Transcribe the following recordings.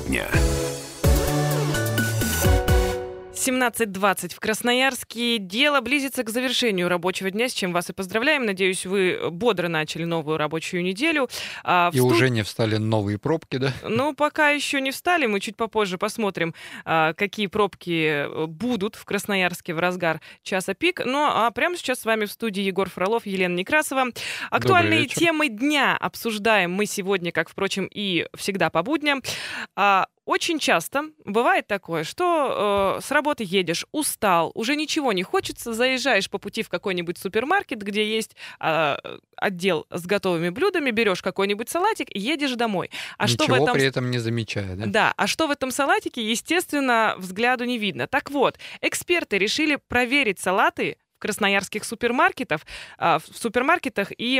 дня. 17:20 в Красноярске. Дело близится к завершению рабочего дня, с чем вас и поздравляем. Надеюсь, вы бодро начали новую рабочую неделю. Уже не встали новые пробки, да? Ну, пока еще не встали. Мы чуть попозже посмотрим, какие пробки будут в Красноярске в разгар часа пик. Ну, а прямо сейчас с вами в студии Егор Фролов, Елена Некрасова. Актуальные темы дня обсуждаем мы сегодня, как, впрочем, и всегда по будням. Очень часто бывает такое, что с работы едешь, устал, уже ничего не хочется, заезжаешь по пути в какой-нибудь супермаркет, где есть отдел с готовыми блюдами, берешь какой-нибудь салатик и едешь домой. Ничего при этом не замечая, да? Да, а что в этом салатике, естественно, взгляду не видно. Так вот, эксперты решили проверить салаты в красноярских супермаркетах и,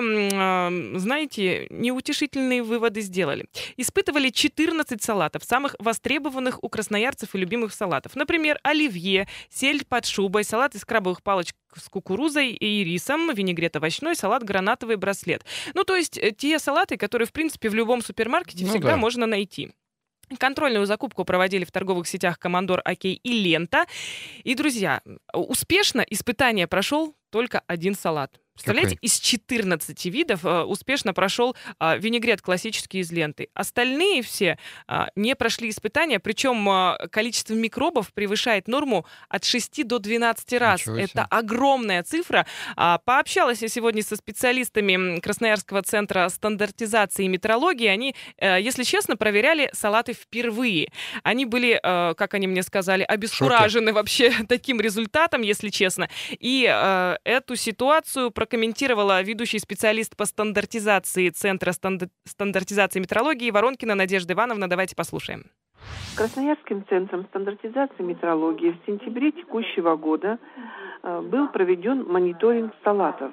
знаете, неутешительные выводы сделали. Испытывали 14 салатов, самых востребованных у красноярцев и любимых салатов. Например, оливье, сель под шубой, салат из крабовых палочек с кукурузой и рисом, винегрет овощной, салат гранатовый браслет. Ну, то есть те салаты, которые, в принципе, в любом супермаркете всегда можно найти. Контрольную закупку проводили в торговых сетях «Командор», «Окей» и «Лента». И, друзья, успешно испытание прошел только один салат. Представляете, из 14 видов успешно прошел винегрет классический из «Ленты». Остальные все не прошли испытания, причем количество микробов превышает норму от 6 до 12 раз. Это огромная цифра. Пообщалась я сегодня со специалистами Красноярского центра стандартизации и метрологии. Они, если честно, проверяли салаты впервые. Они были, как они мне сказали, обескуражены вообще таким результатом, если честно. И эту ситуацию прокомментировала ведущий специалист по стандартизации Центра стандартизации и метрологии Воронкина Надежда Ивановна. Давайте послушаем. Красноярским центром стандартизации и метрологии в сентябре текущего года был проведен мониторинг салатов.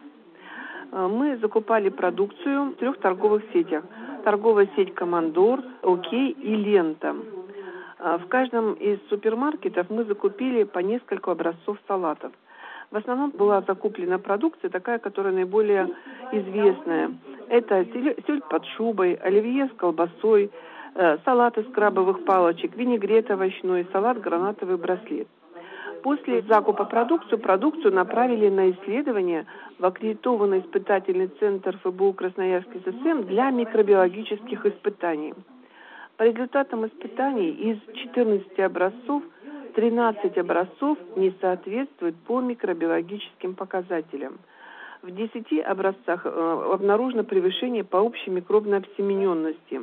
Мы закупали продукцию в 3 торговых сетях. Торговая сеть «Командор», «Окей» и «Лента». В каждом из супермаркетов мы закупили по нескольку образцов салатов. В основном была закуплена продукция, такая, которая наиболее известная. Это сель под шубой, оливье с колбасой, салат из крабовых палочек, винегрет овощной, салат гранатовый браслет. После закупа продукцию направили на исследование в аккредитованный испытательный центр ФБУ Красноярский ССМ для микробиологических испытаний. По результатам испытаний из 14 образцов 13 образцов не соответствуют по микробиологическим показателям. В 10 образцах обнаружено превышение по общей микробной обсемененности.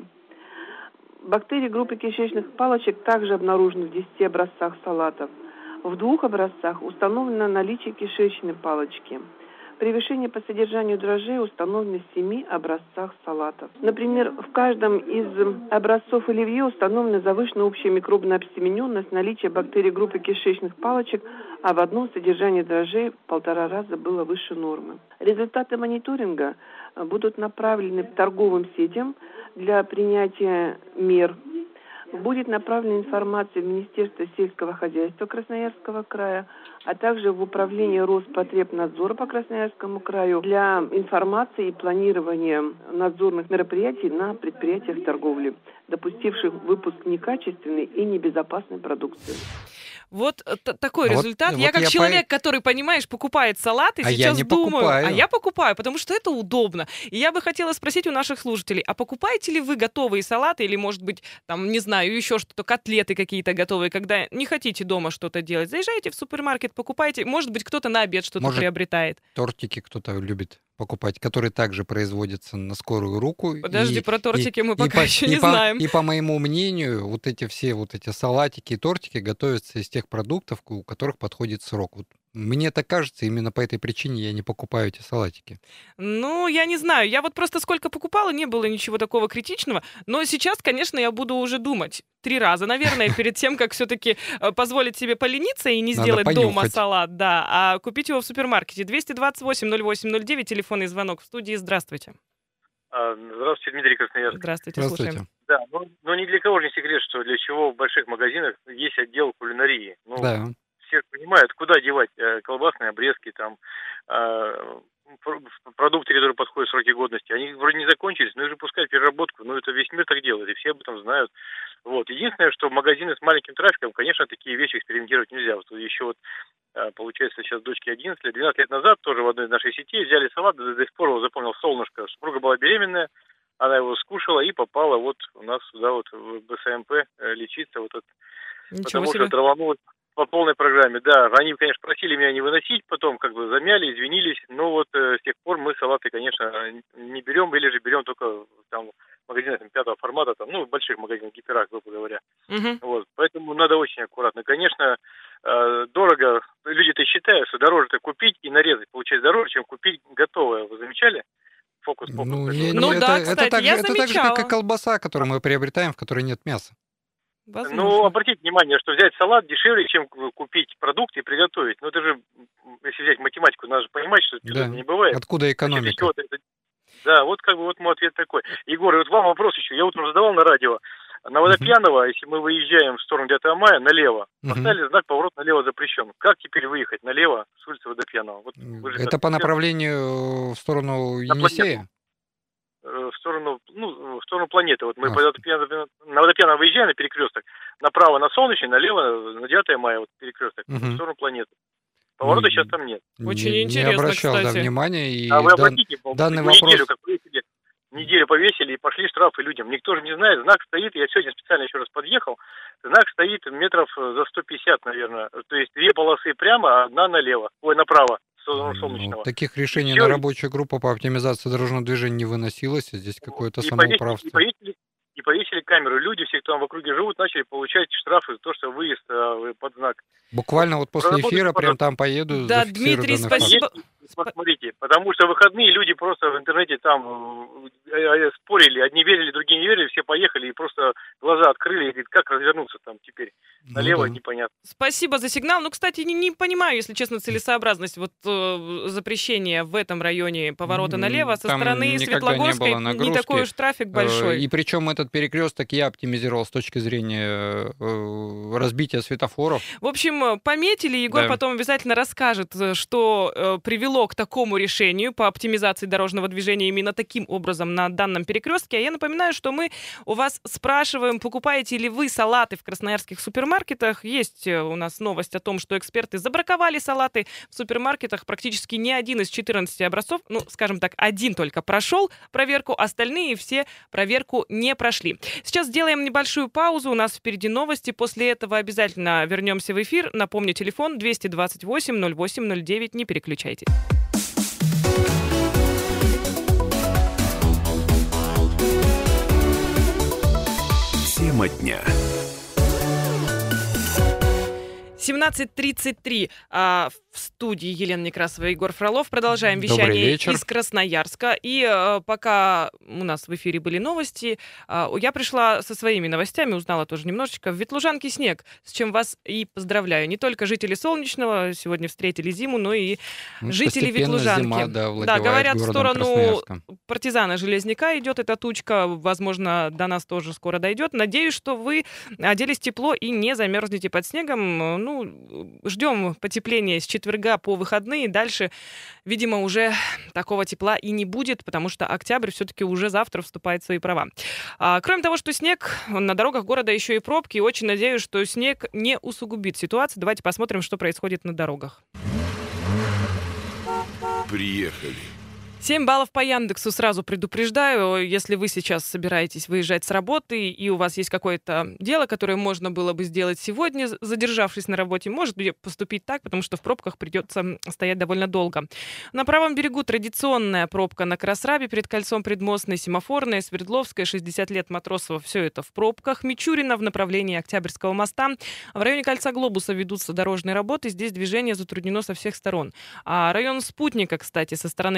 Бактерии группы кишечных палочек также обнаружены в 10 образцах салатов. В 2 образцах установлено наличие кишечной палочки. Превышение по содержанию дрожжей установлено в 7 образцах салатов. Например, в каждом из образцов оливье установлена завышенная общая микробная обсемененность, наличие бактерий группы кишечных палочек, а в одном содержание дрожжей в 1,5 раза было выше нормы. Результаты мониторинга будут направлены торговым сетям для принятия мер. Будет направлена информация в Министерство сельского хозяйства Красноярского края, а также в Управление Роспотребнадзора по Красноярскому краю для информации и планирования надзорных мероприятий на предприятиях торговли, допустивших выпуск некачественной и небезопасной продукции. Вот такой результат. Я как человек, который, понимаешь, покупает салаты, сейчас думаю, я покупаю, потому что это удобно. И я бы хотела спросить у наших слушателей, а покупаете ли вы готовые салаты или, может быть, там, не знаю, еще что-то, котлеты какие-то готовые, когда не хотите дома что-то делать? Заезжаете в супермаркет, покупаете, может быть, кто-то на обед что-то приобретает. Тортики кто-то любит покупать, которые также производятся на скорую руку. Подожди, про тортики мы пока еще не знаем. И по моему мнению, вот эти салатики и тортики готовятся из тех продуктов, у которых подходит срок. Вот мне так кажется, именно по этой причине я не покупаю эти салатики. Ну, я не знаю. Я вот просто сколько покупала, не было ничего такого критичного. Но сейчас, конечно, я буду уже думать 3 раза, наверное, перед тем, как все-таки позволить себе полениться и не сделать дома салат, да, а купить его в супермаркете. 228-08-09, телефонный звонок в студии. Здравствуйте. Здравствуйте, Дмитрий, Красноярск. Здравствуйте, слушаем. Да, но ни для кого же не секрет, что для чего в больших магазинах есть отдел кулинарии. Да. Все понимают, куда девать колбасные обрезки, там, продукты, которые подходят сроки годности, они вроде не закончились, но их же пускают в переработку, ну это весь мир так делает, и все об этом знают. Вот. Единственное, что магазины с маленьким трафиком, конечно, такие вещи экспериментировать нельзя. Вот еще вот, получается, сейчас дочке 11 лет, 12 лет назад тоже в одной из наших сетей взяли салат, до сих пор его запомнил, солнышко. Супруга была беременная, она его скушала и попала вот у нас сюда вот в БСМП лечиться, вот Ничего потому себе. что траванулась по полной программе. Да, они, конечно, просили меня не выносить, потом как бы замяли, извинились, но вот с тех пор мы салаты, конечно, не берем, или же берем только там в магазинах пятого формата, там, ну, в больших магазинах, гиперах, грубо говоря. Мгм. Вот, поэтому надо очень аккуратно. Конечно, дорого, люди-то считают, что дороже-то купить и нарезать, получается дороже, чем купить готовое. Вы замечали? Фокус. Ну, такой. Ну это, да, это кстати, я это так же, как и замечала. колбаса, которую мы приобретаем, в которой нет мяса. Ну, Возможно. обратите внимание, что взять салат дешевле, чем купить продукт и приготовить. Ну, это же, если взять математику, надо же понимать, что Да. чудо не бывает. Откуда Значит, экономика? еще вот это- Да, вот как бы вот мой ответ такой. Егор, и вот вам вопрос еще. Я утром задавал на радио. На Водопьянова, если мы выезжаем в сторону 9 мая, налево, Мгм. поставили знак «Поворот налево запрещен». Как теперь выехать налево с улицы Водопьянова? Вот вы же Это как по эксперт, направлению в сторону На Енисея? в сторону, ну, в сторону планеты. Вот мы А. на Водопьянова выезжаем на перекресток, направо на Солнечный, налево на 9 мая, вот перекресток, Мгм. в сторону планеты. Поворота Не- сейчас там нет. Очень не интересно, обращал кстати. внимания. И А вы обратите, данный неделю, вопрос... как повесили, неделю повесили и пошли штрафы людям. Никто же не знает, знак стоит, я сегодня специально еще раз подъехал, знак стоит метров за 150, наверное. То есть две полосы прямо, а одна налево, направо, в сторону Солнечного. Таких решений Всё. на рабочую группу по оптимизации дорожного движения не выносилось. Здесь какое-то И самоуправство. повесили камеру. Люди, все, кто там в округе живут, начали получать штрафы за то, что выезд под знак. Буквально вот после Проработать эфира надо. прям там поеду. Да, зафиксирую Дмитрий, данный факт. спасибо. Посмотрите, потому что в выходные люди просто в интернете там спорили, одни верили, другие не верили, все поехали и просто глаза открыли и говорят, как развернуться там теперь. Налево Ну да. непонятно. Спасибо за сигнал. Ну, кстати, не понимаю, если честно, целесообразность вот запрещения в этом районе поворота налево. Со Там стороны никогда не Светлогорской было не нагрузки. такой уж трафик большой. И причем этот перекресток я оптимизировал с точки зрения разбития светофоров. В общем, пометили. Егор Да. потом обязательно расскажет, что привело к такому решению по оптимизации дорожного движения именно таким образом на данном перекрестке. А я напоминаю, что мы у вас спрашиваем, покупаете ли вы салаты в красноярских супермаркетах. Есть у нас новость о том, что эксперты забраковали салаты в супермаркетах. Практически ни один из 14 образцов, ну, скажем так, один только прошел проверку, остальные все проверку не прошли. Сейчас сделаем небольшую паузу. У нас впереди новости. После этого обязательно вернемся в эфир. Напомню, телефон 228-08-09. Не переключайтесь. Тема дня. 17:33 в студии Елена Некрасова и Егор Фролов. Продолжаем Добрый вещание вечер. из Красноярска. И пока у нас в эфире были новости, я пришла со своими новостями, узнала тоже немножечко. В Ветлужанке снег, с чем вас и поздравляю. Не только жители Солнечного сегодня встретили зиму, но и жители Постепенно Ветлужанки. зима, овладевает говорят, в городом сторону Красноярском. партизана Железняка идет эта тучка. Возможно, до нас тоже скоро дойдет. Надеюсь, что вы оделись тепло и не замерзнете под снегом. Ну, ждем потепления с четверга по выходные. Дальше, видимо, уже такого тепла и не будет, потому что октябрь все-таки уже завтра вступает в свои права. Кроме того, что снег, на дорогах города еще и пробки. Очень надеюсь, что снег не усугубит ситуацию. Давайте посмотрим, что происходит на дорогах. Приехали. 7 баллов по Яндексу, сразу предупреждаю. Если вы сейчас собираетесь выезжать с работы, и у вас есть какое-то дело, которое можно было бы сделать сегодня, задержавшись на работе, может поступить так, потому что в пробках придется стоять довольно долго. На правом берегу традиционная пробка на Красрабе, перед кольцом Предмостной, Семафорная, Свердловская, 60 лет Матросова, все это в пробках. Мичурина в направлении Октябрьского моста. В районе кольца Глобуса ведутся дорожные работы, здесь движение затруднено со всех сторон. А район Спутника, кстати, со стороны Крастец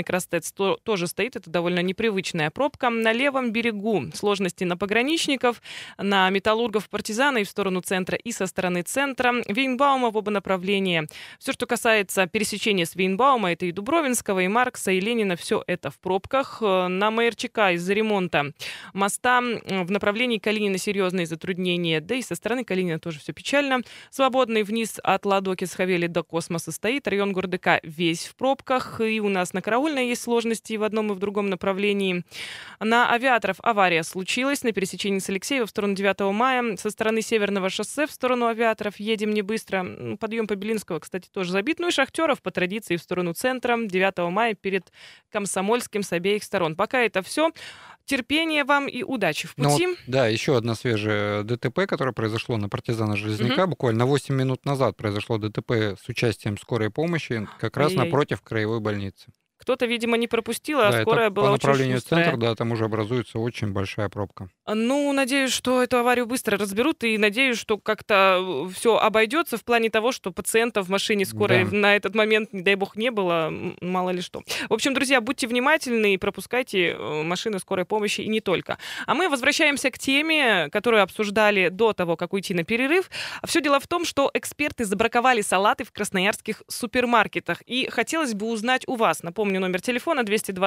тоже стоит, это довольно непривычная пробка. На левом берегу сложности на пограничников, на металлургов, партизана и в сторону центра, и со стороны центра. Вейнбаума в оба направления. Все, что касается пересечения с Вейнбаума, это и Дубровинского, и Маркса, и Ленина, все это в пробках. На МРЧК из-за ремонта моста в направлении Калинина серьезные затруднения, да и со стороны Калинина тоже все печально. Свободный вниз от Ладоки с Хавели до Космоса стоит. Район Гурдыка весь в пробках. И у нас на Караульной есть сложности и в одном, и в другом направлении. На Авиаторов авария случилась на пересечении с Алексеева в сторону 9 мая. Со стороны Северного шоссе в сторону Авиаторов едем не быстро. Подъем по Белинского, кстати, тоже забит. Ну и Шахтеров по традиции в сторону центра 9 мая перед Комсомольским с обеих сторон. Пока это все. Терпения вам и удачи в пути. Вот, да, еще одна свежая ДТП, которое произошло на Партизана Железняка. Буквально 8 минут назад произошло ДТП с участием скорой помощи как раз напротив краевой больницы. Кто-то, видимо, не пропустил, а Да, скорая это была по очень направлению в шустрая. центр, да, там уже образуется очень большая пробка. Ну, надеюсь, что эту аварию быстро разберут, и надеюсь, что как-то все обойдется в плане того, что пациентов в машине скорой на этот момент, не дай бог, не было, мало ли что. В общем, друзья, будьте внимательны и пропускайте машины скорой помощи, и не только. А мы возвращаемся к теме, которую обсуждали до того, как уйти на перерыв. Все дело в том, что эксперты забраковали салаты в красноярских супермаркетах, и хотелось бы узнать у вас, напомню, номер телефона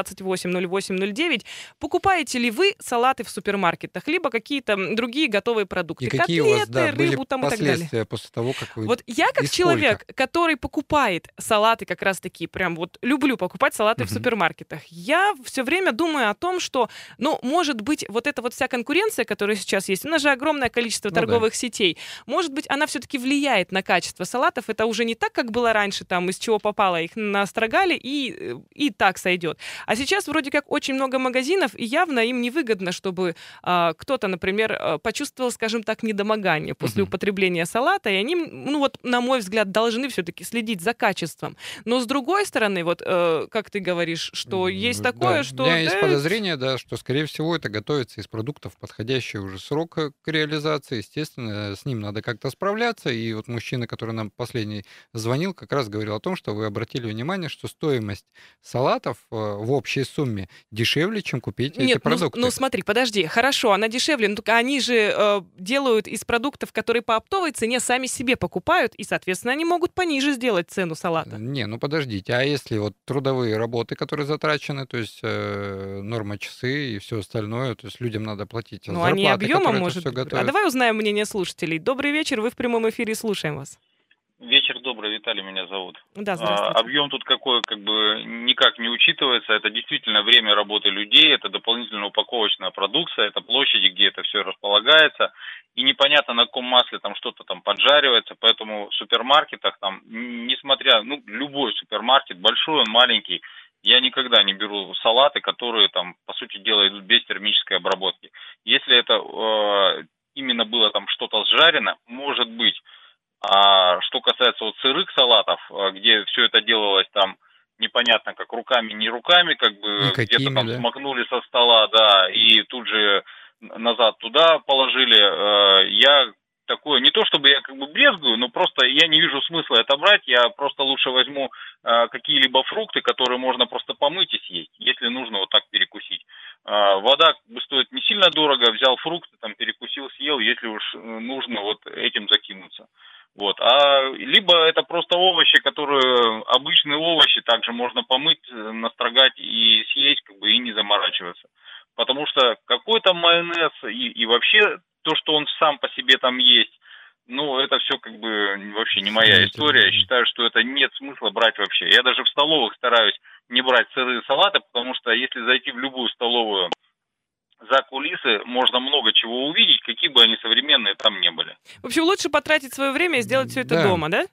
228-08-09. Покупаете ли вы салаты в супермаркетах, либо какие-то другие готовые продукты? И какие у вас, Котлеты, были рыбу там и так далее. последствия после того, как вы... Вот я как человек, который покупает салаты как раз-таки, прям вот люблю покупать салаты в супермаркетах, я все время думаю о том, что, ну, может быть, вот эта вот вся конкуренция, которая сейчас есть, у нас же огромное количество торговых сетей, может быть, она все-таки влияет на качество салатов. Это уже не так, как было раньше, там, из чего попало, их настрогали и так сойдет. А сейчас вроде как очень много магазинов, и явно им невыгодно, чтобы кто-то, например, почувствовал, скажем так, недомогание после употребления салата, и они, ну вот, на мой взгляд, должны все-таки следить за качеством. Но с другой стороны, вот, как ты говоришь, что есть такое, что... У меня есть подозрение, да, что, скорее всего, это готовится из продуктов, подходящий уже срок к реализации. Естественно, с ним надо как-то справляться. И вот мужчина, который нам последний звонил, как раз говорил о том, что вы обратили внимание, что стоимость салатов в общей сумме дешевле, чем купить эти продукты. Ну смотри, подожди, хорошо, она дешевле, но только они же делают из продуктов, которые по оптовой цене, сами себе покупают, и, соответственно, они могут пониже сделать цену салата. Не, ну подождите, а если вот трудовые работы, которые затрачены, то есть норма часы и все остальное, то есть людям надо платить зарплаты, они объемом, может быть. Готовят. А давай узнаем мнение слушателей. Добрый вечер, вы в прямом эфире, слушаем вас. Вечер добрый, Виталий меня зовут. Да, здравствуйте. Объем тут какой, как бы, никак не учитывается. Это действительно время работы людей, это дополнительная упаковочная продукция, это площади, где это все располагается. И непонятно, на каком масле там что-то там поджаривается. Поэтому в супермаркетах, там, несмотря, ну, любой супермаркет, большой он, маленький, я никогда не беру салаты, которые там, по сути дела, идут без термической обработки. Если это именно было там что-то сжарено, может быть. А что касается вот сырых салатов, где все это делалось там непонятно как руками, не руками, как бы где-то там смакнули со стола, да, и тут же назад туда положили, я такое, не то чтобы я как бы брезгую, но просто я не вижу смысла это брать, я просто лучше возьму какие-либо фрукты, которые можно просто помыть и съесть, если нужно вот так перекусить. Вода как бы стоит не сильно дорого, взял фрукты, там перекусил, съел, если уж нужно вот этим закинуться. Вот. А либо это просто овощи, которые обычные овощи, также можно помыть, настрогать и съесть, как бы, и не заморачиваться. Потому что какой-то майонез и вообще то, что он сам по себе там есть, ну, это все как бы вообще не моя история. Я считаю, что это нет смысла брать вообще. Я даже в столовых стараюсь не брать сырые салаты, потому что если зайти в любую столовую за кулисы, можно много чего увидеть, какие бы они современные там не были. В общем, лучше потратить свое время и сделать все это дома, да?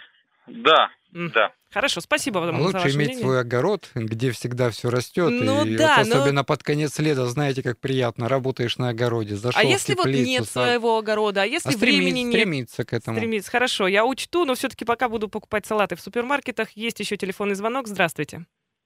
Да, да. Хорошо, спасибо вам за лучше ваше иметь мнение. свой огород, где всегда все растет. Ну, и да, вот особенно под конец лета, знаете, как приятно, работаешь на огороде, зашел А в если вот теплицу, нет своего огорода, а если времени нет? Стремиться к этому. Хорошо, я учту, но все-таки пока буду покупать салаты в супермаркетах. Есть еще телефонный звонок. Здравствуйте.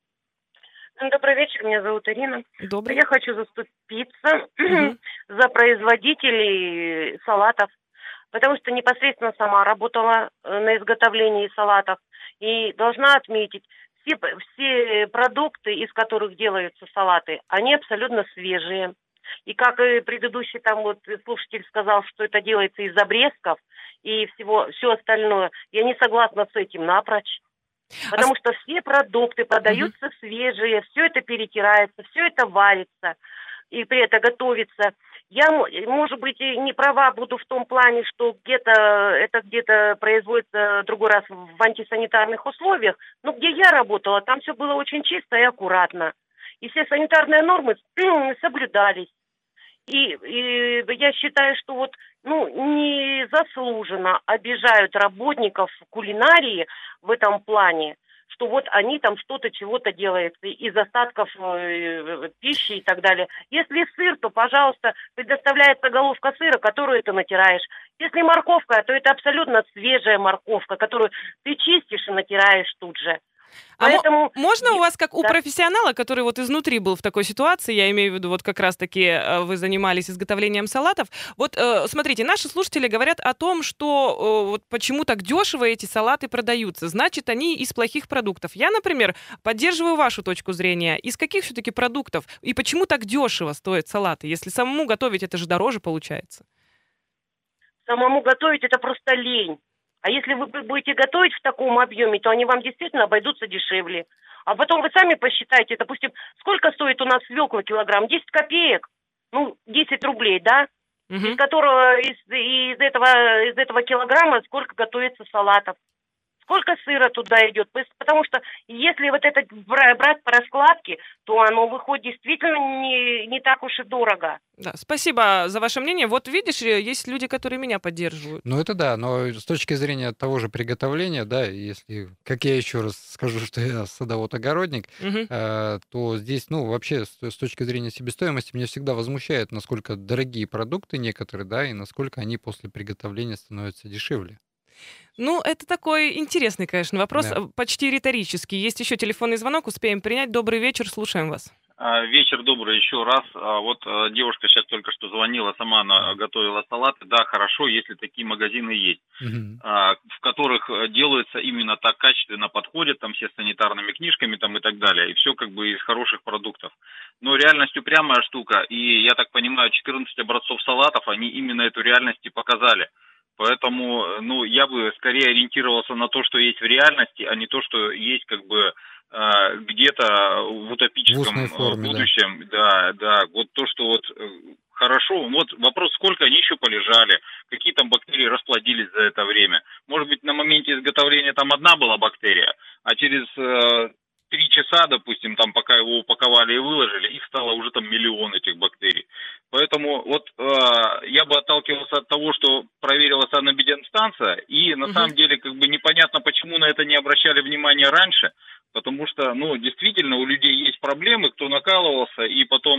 Добрый вечер, меня зовут Ирина. Добрый. Я хочу заступиться за производителей салатов, потому что непосредственно сама работала на изготовлении салатов. И должна отметить, все продукты, из которых делаются салаты, они абсолютно свежие. И как и предыдущий там вот слушатель сказал, что это делается из обрезков и все остальное, я не согласна с этим напрочь. Потому что все продукты продаются свежие, все это перетирается, все это варится и при этом готовится. Я, может быть, и не права буду в том плане, что где-то производится другой раз в антисанитарных условиях, но где я работала, там все было очень чисто и аккуратно. И все санитарные нормы соблюдались. И я считаю, что вот, незаслуженно обижают работников кулинарии в этом плане, что вот они там что-то, чего-то делают из остатков пищи и так далее. Если сыр, то, пожалуйста, предоставляется головка сыра, которую ты натираешь. Если морковка, то это абсолютно свежая морковка, которую ты чистишь и натираешь тут же. Поэтому... можно у вас, как у профессионала, который вот изнутри был в такой ситуации, я имею в виду, вот как раз-таки вы занимались изготовлением салатов, вот смотрите, наши слушатели говорят о том, что вот почему так дешево эти салаты продаются, значит, они из плохих продуктов. Я, например, поддерживаю вашу точку зрения. Из каких все-таки продуктов и почему так дешево стоят салаты, если самому готовить это же дороже получается? Самому готовить это просто лень. А если вы будете готовить в таком объеме, то они вам действительно обойдутся дешевле. А потом вы сами посчитайте, допустим, сколько стоит у нас свекла килограмм? 10 копеек, 10 рублей, да? Из которого, из этого килограмма сколько готовится салатов. Сколько сыра туда идет? Потому что если вот это брать по раскладке, то оно выходит действительно не так уж и дорого. Да, спасибо за ваше мнение. Вот видишь, есть люди, которые меня поддерживают. Ну это да, но с точки зрения того же приготовления, да, если, как я еще раз скажу, что я садовод-огородник, то здесь, вообще с точки зрения себестоимости меня всегда возмущает, насколько дорогие продукты некоторые, да, и насколько они после приготовления становятся дешевле. Это такой интересный, конечно, вопрос, почти риторический. Есть еще телефонный звонок, успеем принять. Добрый вечер, слушаем вас. Вечер добрый еще раз. Вот девушка сейчас только что звонила, сама она готовила салаты. Да, хорошо, если такие магазины есть, в которых делаются именно так качественно, подходят там все с санитарными книжками там и так далее. И все как бы из хороших продуктов. Но реальность упрямая штука. И я так понимаю, 14 образцов салатов, они именно эту реальность и показали. Поэтому, я бы скорее ориентировался на то, что есть в реальности, а не то, что есть как бы где-то в утопическом будущем. Да. Вот то, что вот хорошо. Вот вопрос, сколько они еще полежали, какие там бактерии расплодились за это время. Может быть, на моменте изготовления там одна была бактерия, а через 3 часа, допустим, там пока его упаковали и выложили, их стало уже там миллион этих бактерий. Поэтому вот я бы отталкивался от того, что проверила санэпидемстанция, и на самом деле как бы непонятно, почему на это не обращали внимания раньше, потому что, действительно у людей есть проблемы, кто накалывался и потом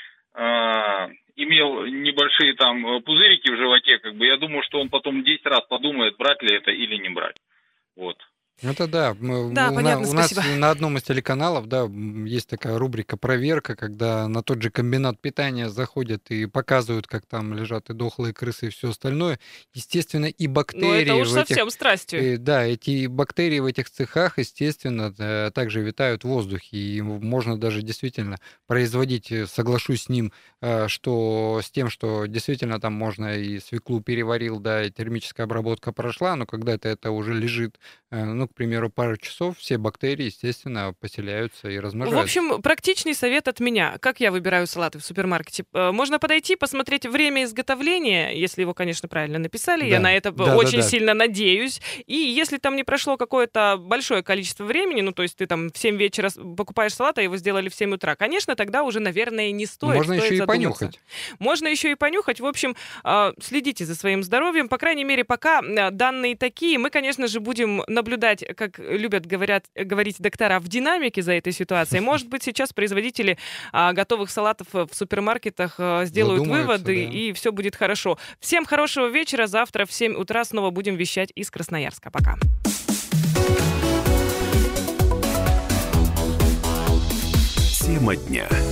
имел небольшие там пузырики в животе, как бы я думаю, что он потом 10 раз подумает, брать ли это или не брать. Вот. Это да. Понятно, у нас на одном из телеканалов, есть такая рубрика «Проверка», когда на тот же комбинат питания заходят и показывают, как там лежат и дохлые крысы и все остальное. Естественно, и бактерии... это уж совсем страстью. Да, эти бактерии в этих цехах, естественно, также витают в воздухе. И можно даже действительно производить, соглашусь с ним, что с тем, что действительно там можно и свеклу переварил, и термическая обработка прошла, но когда-то это уже лежит, к примеру, пару часов, все бактерии, естественно, поселяются и размножаются. В общем, практичный совет от меня. Как я выбираю салаты в супермаркете? Можно подойти, посмотреть время изготовления, если его, конечно, правильно написали. Да. Я на это очень сильно надеюсь. И если там не прошло какое-то большое количество времени, то есть ты там в 7 вечера покупаешь салат, а его сделали в 7 утра, конечно, тогда уже, наверное, не стоит. Можно еще и понюхать. Можно еще и понюхать. В общем, следите за своим здоровьем. По крайней мере, пока данные такие, мы, конечно же, будем наблюдать, как любят говорить доктора, в динамике за этой ситуацией. Может быть, сейчас производители готовых салатов в супермаркетах сделают выводы, и все будет хорошо. Всем хорошего вечера. Завтра в 7 утра снова будем вещать из Красноярска. Пока. Тема дня.